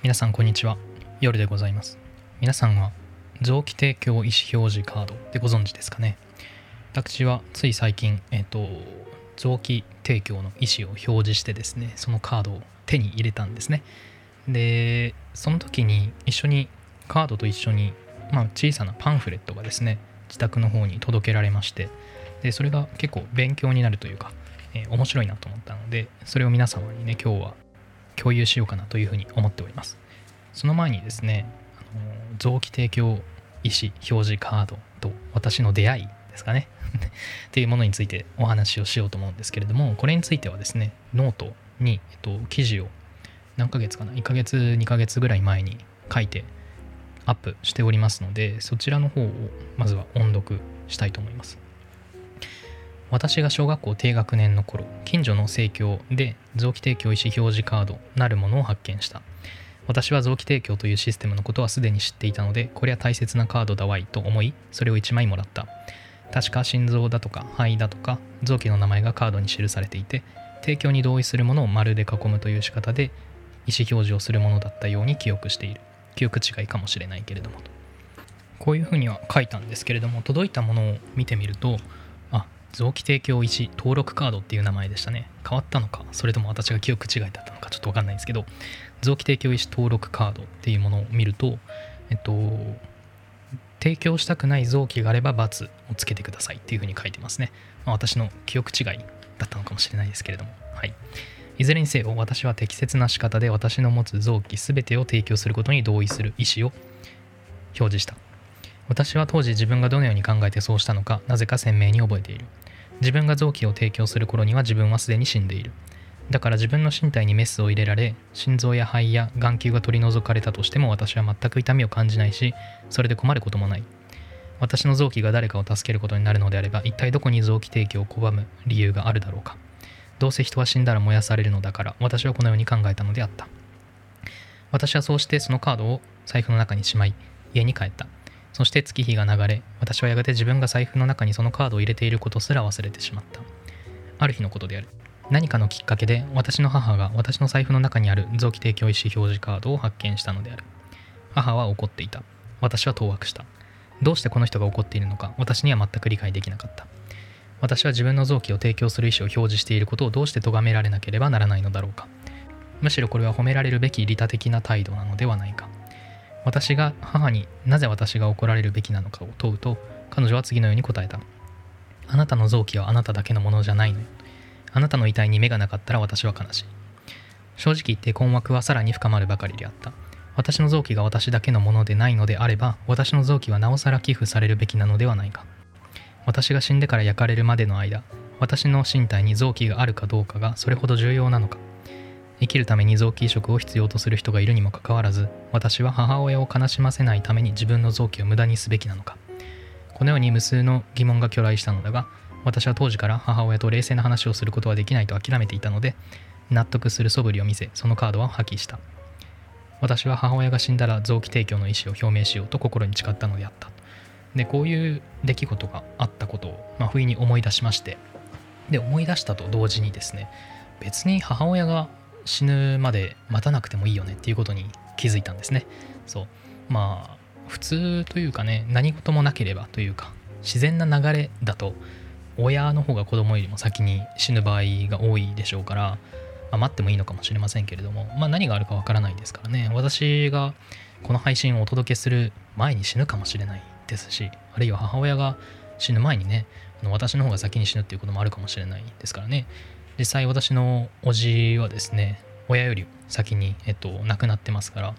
皆さんこんにちは。夜でございます。皆さんは臓器提供意思表示カードでご存知ですかね。私はつい最近、臓器提供の意思を表示してですね、そのカードを手に入れたんですね。でその時にカードと一緒に、小さなパンフレットがですね、自宅の方に届けられまして、でそれが結構勉強になるというか、面白いなと思ったので、それを皆様にね今日は共有しようかなというふうに思っております。その前にですね、臓器提供意思表示カードと私の出会いですかねっていうものについてお話をしようと思うんですけれども、これについてはですね、ノートに、記事を何ヶ月かな、1ヶ月2ヶ月ぐらい前に書いてアップしておりますので、そちらの方をまずは音読したいと思います。私が小学校低学年の頃、近所の生協で臓器提供意思表示カードなるものを発見した。私は臓器提供というシステムのことはすでに知っていたので、これは大切なカードだわいと思い、それを1枚もらった。確か心臓だとか肺だとか臓器の名前がカードに記されていて、提供に同意するものを丸で囲むという仕方で意思表示をするものだったように記憶している。記憶違いかもしれないけれどもと。こういうふうには書いたんですけれども、届いたものを見てみると、臓器提供意思登録カードっていう名前でしたね。変わったのか、それとも私が記憶違いだったのかちょっと分かんないんですけど、臓器提供意思登録カードっていうものを見ると、提供したくない臓器があれば×をつけてくださいっていうふうに書いてますね。私の記憶違いだったのかもしれないですけれども、はい。いずれにせよ、私は適切な仕方で私の持つ臓器すべてを提供することに同意する意思を表示した。私は当時自分がどのように考えてそうしたのか、なぜか鮮明に覚えている。自分が臓器を提供する頃には自分はすでに死んでいる。だから自分の身体にメスを入れられ、心臓や肺や眼球が取り除かれたとしても私は全く痛みを感じないし、それで困ることもない。私の臓器が誰かを助けることになるのであれば、一体どこに臓器提供を拒む理由があるだろうか。どうせ人は死んだら燃やされるのだから、私はこのように考えたのであった。私はそうしてそのカードを財布の中にしまい、家に帰った。そして月日が流れ、私はやがて自分が財布の中にそのカードを入れていることすら忘れてしまった。ある日のことである。何かのきっかけで私の母が私の財布の中にある臓器提供意思表示カードを発見したのである。母は怒っていた。私は当惑した。どうしてこの人が怒っているのか、私には全く理解できなかった。私は自分の臓器を提供する意思を表示していることをどうして咎められなければならないのだろうか。むしろこれは褒められるべき利他的な態度なのではないか。私が母になぜ私が怒られるべきなのかを問うと、彼女は次のように答えた。あなたの臓器はあなただけのものじゃないのよ。あなたの遺体に目がなかったら私は悲しい。正直言って困惑はさらに深まるばかりであった。私の臓器が私だけのものでないのであれば、私の臓器はなおさら寄付されるべきなのではないか。私が死んでから焼かれるまでの間、私の身体に臓器があるかどうかがそれほど重要なのか。生きるために臓器移植を必要とする人がいるにもかかわらず、私は母親を悲しませないために自分の臓器を無駄にすべきなのか。このように無数の疑問が去来したのだが、私は当時から母親と冷静な話をすることはできないと諦めていたので、納得する素振りを見せ、そのカードは破棄した。私は母親が死んだら臓器提供の意思を表明しようと心に誓ったのであった。で、こういう出来事があったことを、不意に思い出しまして、で思い出したと同時にですね、別に母親が死ぬまで待たなくてもいいよねっていうことに気づいたんですね。そう普通というかね、何事もなければというか自然な流れだと親の方が子供よりも先に死ぬ場合が多いでしょうから、待ってもいいのかもしれませんけれども、何があるかわからないですからね。私がこの配信をお届けする前に死ぬかもしれないですし、あるいは母親が死ぬ前にね、私の方が先に死ぬっていうこともあるかもしれないですからね。実際私の叔父はですね、親より先に、亡くなってますから、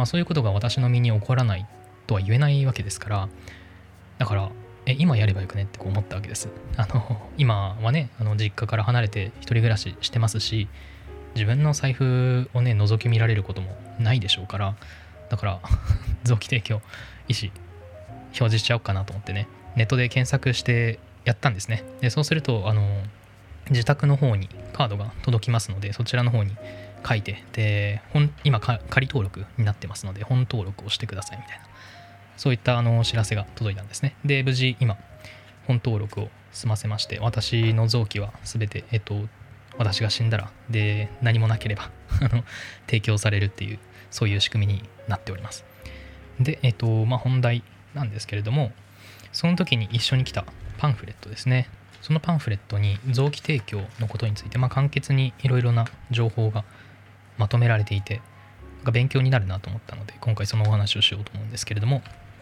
そういうことが私の身に起こらないとは言えないわけですから、だから今やればよくねって思ったわけです。今はね、実家から離れて一人暮らししてますし、自分の財布をね覗き見られることもないでしょうから、だから臓器提供意思表示しちゃおうかなと思ってね、ネットで検索してやったんですね。でそうすると自宅の方にカードが届きますので、そちらの方に書いて、で今仮登録になってますので本登録をしてくださいみたいな、そういったお知らせが届いたんですね。で無事今本登録を済ませまして、私の臓器は全て私が死んだらで何もなければ提供されるっていう、 そういう仕組みになっております。で、本題なんですけれども、その時に一緒に来たパンフレットですね。そのパンフレットに臓器提供のことについて、簡潔にいろいろな情報がまとめられていて、勉強になるなと思ったので、今回そのお話をしようと思うんですけれども、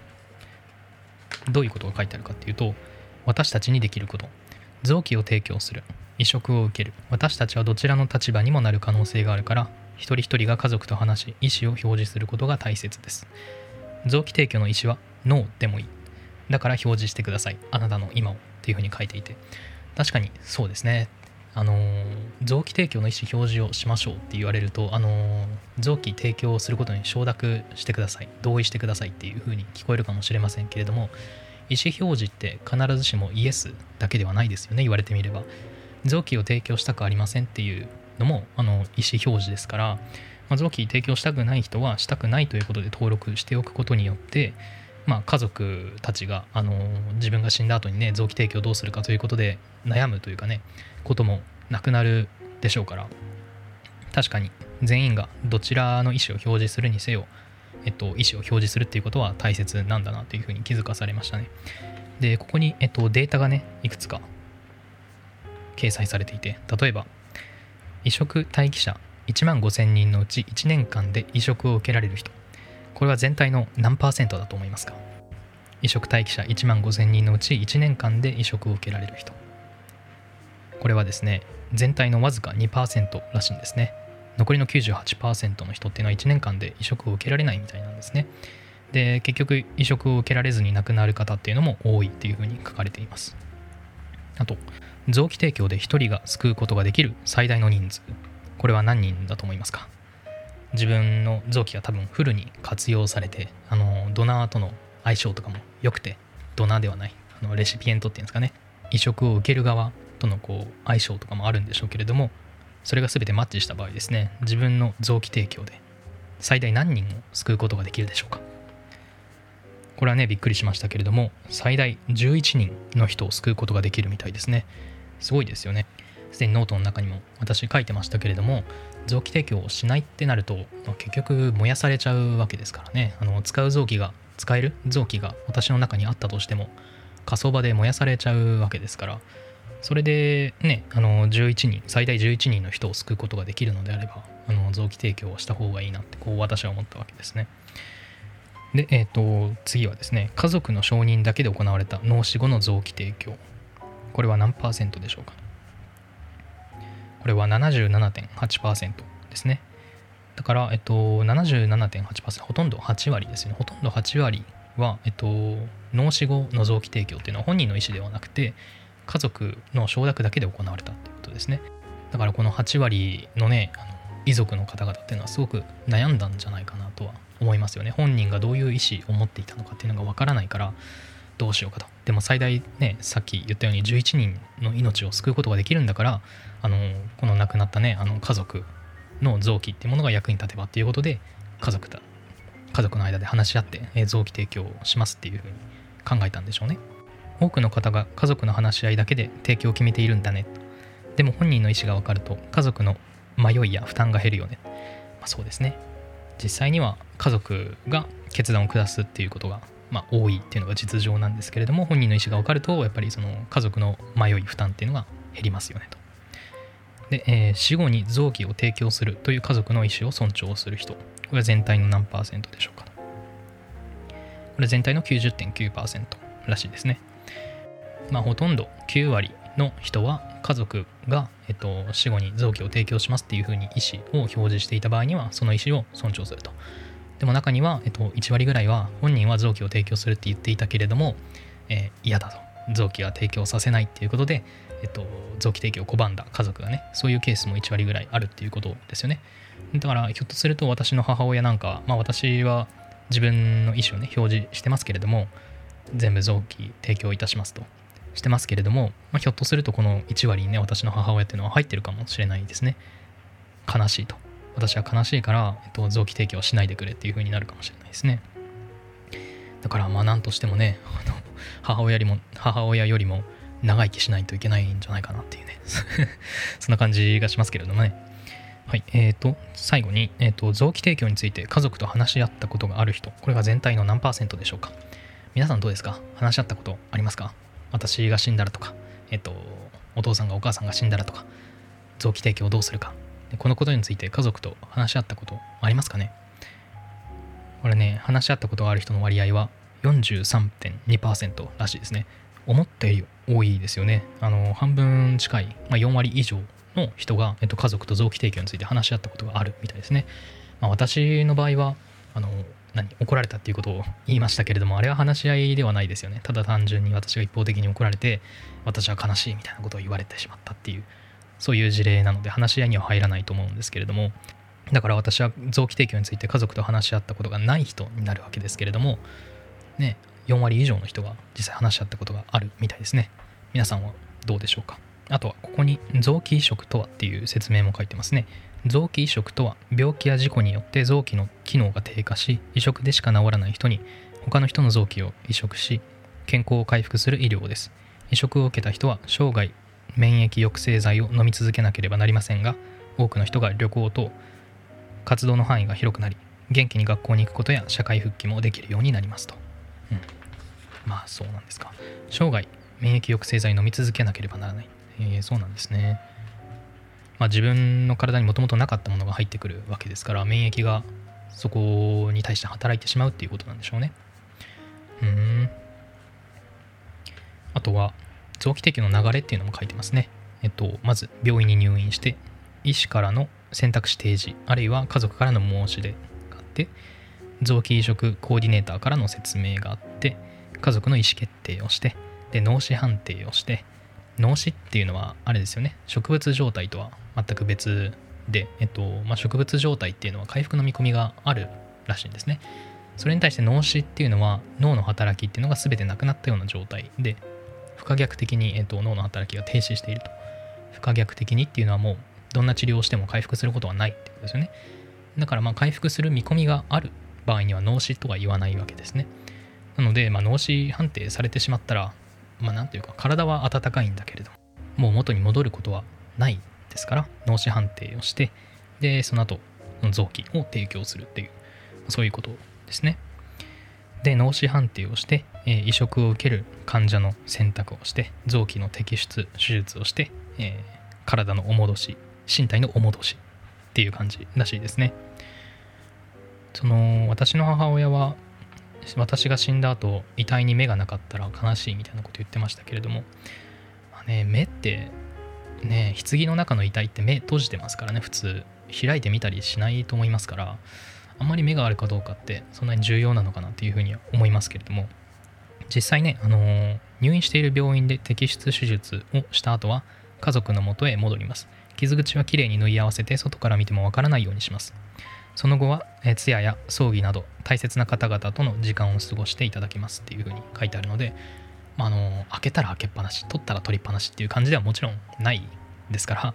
どういうことが書いてあるかっていうと、私たちにできること、臓器を提供する、移植を受ける、私たちはどちらの立場にもなる可能性があるから、一人一人が家族と話し、意思を表示することが大切です。臓器提供の意思はノーでもいい。だから表示してください。あなたの今をっていうふうに書いていて、確かにそうですね。臓器提供の意思表示をしましょうって言われると、臓器提供することに承諾してください、同意してくださいっていうふうに聞こえるかもしれませんけれども、意思表示って必ずしもイエスだけではないですよね。言われてみれば、臓器を提供したくありませんっていうのも意思表示ですから、臓器提供したくない人はしたくないということで登録しておくことによって、家族たちが自分が死んだ後にね、臓器提供どうするかということで悩むというかね、こともなくなるでしょうから、確かに全員がどちらの意思を表示するにせよ、意思を表示するっていうことは大切なんだなというふうに気づかされましたね。で、ここに、データがね、いくつか掲載されていて、例えば移植待機者1万5000人のうち1年間で移植を受けられる人、これは全体の何%だと思いますか？移植待機者1万5000人のうち1年間で移植を受けられる人、これはですね、全体のわずか 2% らしいんですね。残りの 98% の人っていうのは1年間で移植を受けられないみたいなんですね。で、結局移植を受けられずに亡くなる方っていうのも多いっていうふうに書かれています。あと、臓器提供で1人が救うことができる最大の人数、これは何人だと思いますか？自分の臓器が多分フルに活用されて、ドナーとの相性とかも良くて、ドナーではないレシピエントっていうんですかね、移植を受ける側との相性とかもあるんでしょうけれども、それが全てマッチした場合ですね、自分の臓器提供で最大何人を救うことができるでしょうか？これはね、びっくりしましたけれども、最大11人の人を救うことができるみたいですね。すごいですよね。すでにノートの中にも私書いてましたけれども、臓器提供をしないってなると、結局燃やされちゃうわけですからね。使える臓器が私の中にあったとしても火葬場で燃やされちゃうわけですから、それでね、最大11人の人を救うことができるのであれば、臓器提供をした方がいいなって私は思ったわけですね。で、次はですね、家族の承認だけで行われた脳死後の臓器提供、これは何%でしょうか？これは 77.8% ですね。だから、77.8%、ほとんど8割ですよね。ほとんど8割は、脳死後の臓器提供っていうのは本人の意思ではなくて、家族の承諾だけで行われたっていうことですね。だからこの8割のね、遺族の方々っていうのはすごく悩んだんじゃないかなとは思いますよね。本人がどういう意思を持っていたのかっていうのがわからないからどうしようかと。でも最大ね、さっき言ったように11人の命を救うことができるんだから、この亡くなったね、家族の臓器っていうものが役に立てばっていうことで、家族の間で話し合って臓器提供をしますっていうふうに考えたんでしょうね。多くの方が家族の話し合いだけで提供を決めているんだね。でも本人の意思が分かると家族の迷いや負担が減るよね。そうですね。実際には家族が決断を下すっていうことが多いっていうのが実情なんですけれども、本人の意思が分かるとやっぱりその家族の迷い負担っていうのが減りますよねと。で、死後に臓器を提供するという家族の意思を尊重する人、これは全体の何%でしょうか？これ全体の 90.9% らしいですね。ほとんど9割の人は家族が、死後に臓器を提供しますっていうふうに意思を表示していた場合にはその意思を尊重すると。でも中には、1割ぐらいは本人は臓器を提供するって言っていたけれども、嫌だと、臓器は提供させないっていうことで、臓器提供を拒んだ家族がね、そういうケースも1割ぐらいあるっていうことですよね。だからひょっとすると私の母親なんか、私は自分の意思をね表示してますけれども、全部臓器提供いたしますとしてますけれども、ひょっとするとこの1割にね、私の母親っていうのは入ってるかもしれないですね。悲しいと、私は悲しいから、臓器提供しないでくれっていう風になるかもしれないですね。だから何としてもね、母親よりも長生きしないといけないんじゃないかなっていうねそんな感じがしますけれどもね。 はい、最後に、臓器提供について家族と話し合ったことがある人、これが全体の何%でしょうか。皆さんどうですか？話し合ったことありますか？私が死んだらとか、お父さんがお母さんが死んだらとか、臓器提供をどうするか、このことについて家族と話し合ったことありますかね？これね、話し合ったことがある人の割合は 43.2% らしいですね。思ったより多いですよね。半分近い、4割以上の人が、家族と臓器提供について話し合ったことがあるみたいですね。私の場合は怒られたっていうことを言いましたけれども、あれは話し合いではないですよね。ただ単純に私が一方的に怒られて、私は悲しいみたいなことを言われてしまったっていう、そういう事例なので話し合いには入らないと思うんですけれども、だから私は臓器提供について家族と話し合ったことがない人になるわけですけれどもね、4割以上の人が実際話し合ったことがあるみたいですね。皆さんはどうでしょうか。あとはここに臓器移植とはっていう説明も書いてますね。臓器移植とは病気や事故によって臓器の機能が低下し、移植でしか治らない人に他の人の臓器を移植し健康を回復する医療です。移植を受けた人は生涯免疫抑制剤を飲み続けなければなりませんが、多くの人が旅行等活動の範囲が広くなり、元気に学校に行くことや社会復帰もできるようになりますと。まあそうなんですか。生涯免疫抑制剤飲み続けなければならない。そうなんですね。自分の体にもともとなかったものが入ってくるわけですから、免疫がそこに対して働いてしまうっていうことなんでしょうね。あとは臓器提供の流れっていうのも書いてますね。まず病院に入院して医師からの選択肢提示、あるいは家族からの申し出があって、臓器移植コーディネーターからの説明があって、家族の意思決定をして、で脳死判定をして、脳死っていうのはあれですよね、植物状態とは全く別で、植物状態っていうのは回復の見込みがあるらしいんですね。それに対して脳死っていうのは脳の働きっていうのが全てなくなったような状態で、不可逆的に、脳の働きが停止していると。不可逆的にっていうのはもうどんな治療をしても回復することはないってことですよね。だから回復する見込みがある場合には脳死とは言わないわけですね。なので、脳死判定されてしまったら、なんていうか体は温かいんだけれどもう元に戻ることはないですから、脳死判定をして、でその後臓器を提供するっていう、そういうことですね。で脳死判定をして、移植を受ける患者の選択をして、臓器の摘出手術をして、体のお戻し、身体のお戻しっていう感じらしいですね。私の母親は私が死んだ後遺体に目がなかったら悲しいみたいなこと言ってましたけれども、目ってね、棺の中の遺体って目閉じてますからね、普通開いてみたりしないと思いますから、あんまり目があるかどうかってそんなに重要なのかなっていうふうには思いますけれども、実際ね、入院している病院で摘出手術をした後は家族の元へ戻ります。傷口はきれいに縫い合わせて外から見てもわからないようにします。その後は通夜や葬儀など大切な方々との時間を過ごしていただきますっていうふうに書いてあるので、開けたら開けっぱなし、取ったら取りっぱなしっていう感じではもちろんないですから、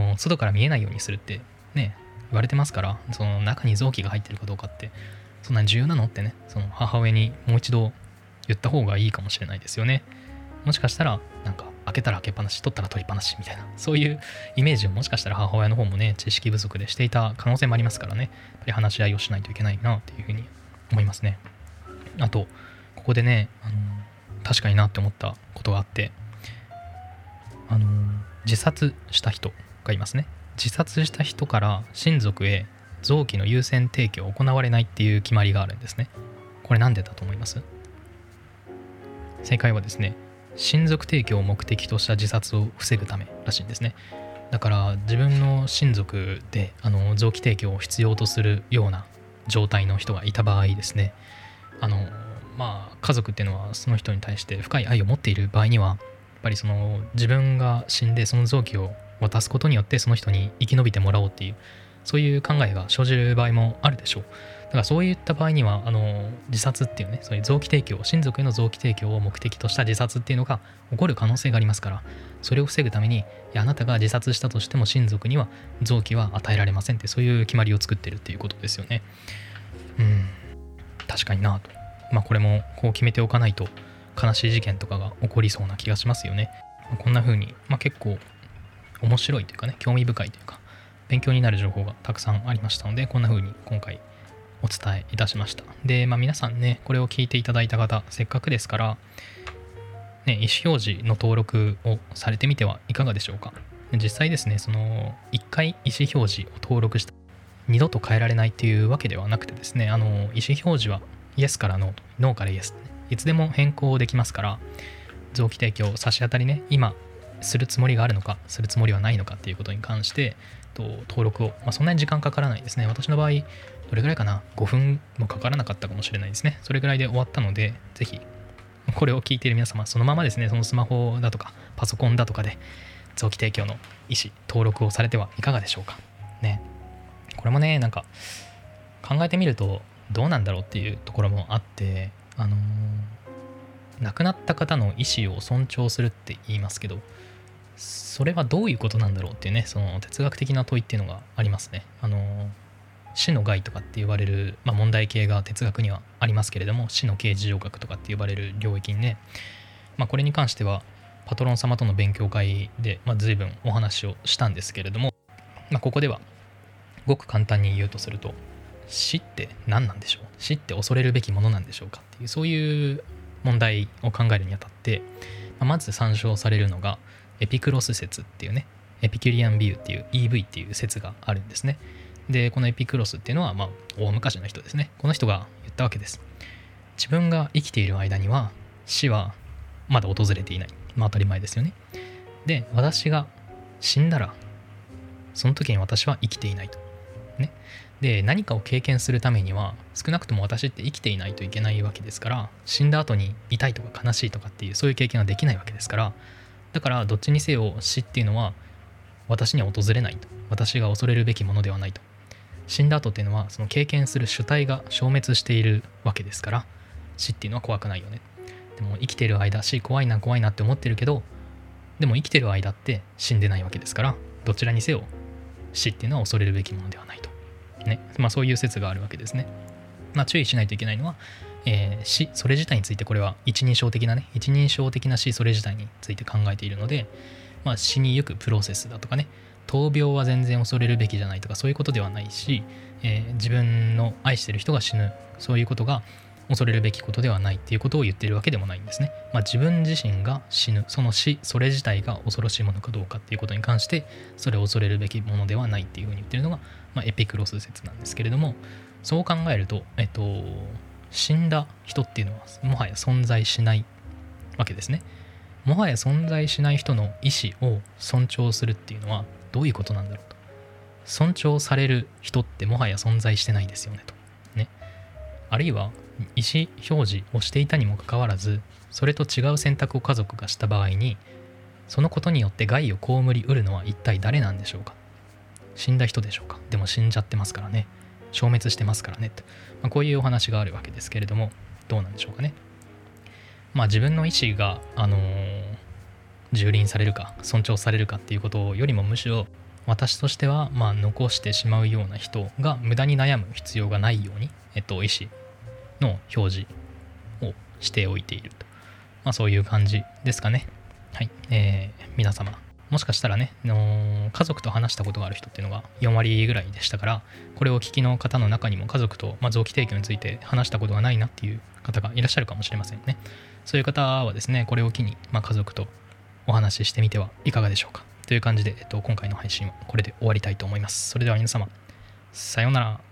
外から見えないようにするってね言われてますから、その中に臓器が入ってるかどうかってそんなに重要なのってね、その母親にもう一度言った方がいいかもしれないですよね。もしかしたら開けたら開けっぱなし、取ったら取りっぱなしみたいな、そういうイメージをもしかしたら母親の方もね知識不足でしていた可能性もありますからね、やっぱり話し合いをしないといけないなっていうふうに思いますね。あとここでね、確かになって思ったことがあって、自殺した人がいますね。自殺した人から親族へ臓器の優先提供を行われないっていう決まりがあるんですね。これなんでだと思います？正解はですね、親族提供を目的とした自殺を防ぐためらしいんですね。だから自分の親族で臓器提供を必要とするような状態の人がいた場合ですね、家族っていうのはその人に対して深い愛を持っている場合には、やっぱりその自分が死んでその臓器を渡すことによってその人に生き延びてもらおうっていう、そういう考えが生じる場合もあるでしょう。だからそういった場合には自殺っていうね、そういう臓器提供、親族への臓器提供を目的とした自殺っていうのが起こる可能性がありますから、それを防ぐために、あなたが自殺したとしても親族には臓器は与えられませんって、そういう決まりを作ってるっていうことですよね。確かになと。これもこう決めておかないと悲しい事件とかが起こりそうな気がしますよね。こんな風に、結構面白いというかね、興味深いというか、 勉強になる情報がたくさんありましたので、こんな風に今回お伝えいたしました。で、皆さんね、これを聞いていただいた方、せっかくですから、ね、意思表示の登録をされてみてはいかがでしょうか。実際ですね、その1回意思表示を登録した二度と変えられないっていうわけではなくてですね、意思表示はイエスからノーと、ノーからイエス、いつでも変更できますから、臓器提供差し当たりね、今するつもりがあるのか、するつもりはないのかっていうことに関して登録を、そんなに時間かからないですね。私の場合、どれぐらいかな、5分もかからなかったかもしれないですね。それぐらいで終わったので、ぜひこれを聞いている皆様、そのままですね、そのスマホだとかパソコンだとかで臓器提供の意思登録をされてはいかがでしょうかね。これもね、なんか考えてみるとどうなんだろうっていうところもあって、亡くなった方の意思を尊重するって言いますけど、それはどういうことなんだろうっていうね、その哲学的な問いっていうのがありますね。死の害とかって言われる、問題系が哲学にはありますけれども、死の刑事上学とかって呼ばれる領域にね、これに関してはパトロン様との勉強会で、随分お話をしたんですけれども、ここではごく簡単に言うとすると、死って何なんでしょう、死って恐れるべきものなんでしょうかっていう、そういう問題を考えるにあたって、まず参照されるのがエピクロス説っていうね、エピキュリアンビューっていう EV っていう説があるんですね。で、このエピクロスっていうのは、大昔の人ですね。この人が言ったわけです。自分が生きている間には死はまだ訪れていない。当たり前ですよね。で、私が死んだらその時に私は生きていないと。ね。で、何かを経験するためには少なくとも私って生きていないといけないわけですから、死んだ後に痛いとか悲しいとかっていうそういう経験はできないわけですから、だからどっちにせよ死っていうのは私には訪れないと。私が恐れるべきものではないと。死んだ後っていうのはその経験する主体が消滅しているわけですから、死っていうのは怖くないよね。でも生きている間、死怖いな怖いなって思ってるけど、でも生きてる間って死んでないわけですから、どちらにせよ死っていうのは恐れるべきものではないとね。そういう説があるわけですね。注意しないといけないのは、死それ自体について、これは一人称的な死それ自体について考えているので、死にゆくプロセスだとかね、闘病は全然恐れるべきじゃないとか、そういうことではないし、自分の愛してる人が死ぬ、そういうことが恐れるべきことではないっていうことを言っているわけでもないんですね。自分自身が死ぬ、その死それ自体が恐ろしいものかどうかっていうことに関して、それを恐れるべきものではないっていうふうに言ってるのが、エピクロス説なんですけれども、そう考えると、死んだ人っていうのはもはや存在しないわけですね。もはや存在しない人の意思を尊重するっていうのはどういうことなんだろうと。尊重される人ってもはや存在してないですよねと。ね。あるいは意思表示をしていたにもかかわらず、それと違う選択を家族がした場合に、そのことによって害を被りうるのは一体誰なんでしょうか。死んだ人でしょうか。でも死んじゃってますからね。消滅してますからねと。こういうお話があるわけですけれども、どうなんでしょうかね。自分の意思が、蹂躙されるか尊重されるかっていうことよりも、むしろ私としては残してしまうような人が無駄に悩む必要がないように、意思の表示をしておいていると、そういう感じですかね。はい、皆様もしかしたらね、家族と話したことがある人っていうのが4割ぐらいでしたから、これを聞きの方の中にも家族と、臓器提供について話したことがないなっていう方がいらっしゃるかもしれませんね。そういう方はですね、これを機に、家族とお話ししてみてはいかがでしょうかという感じで、今回の配信はこれで終わりたいと思います。それでは皆様、さようなら。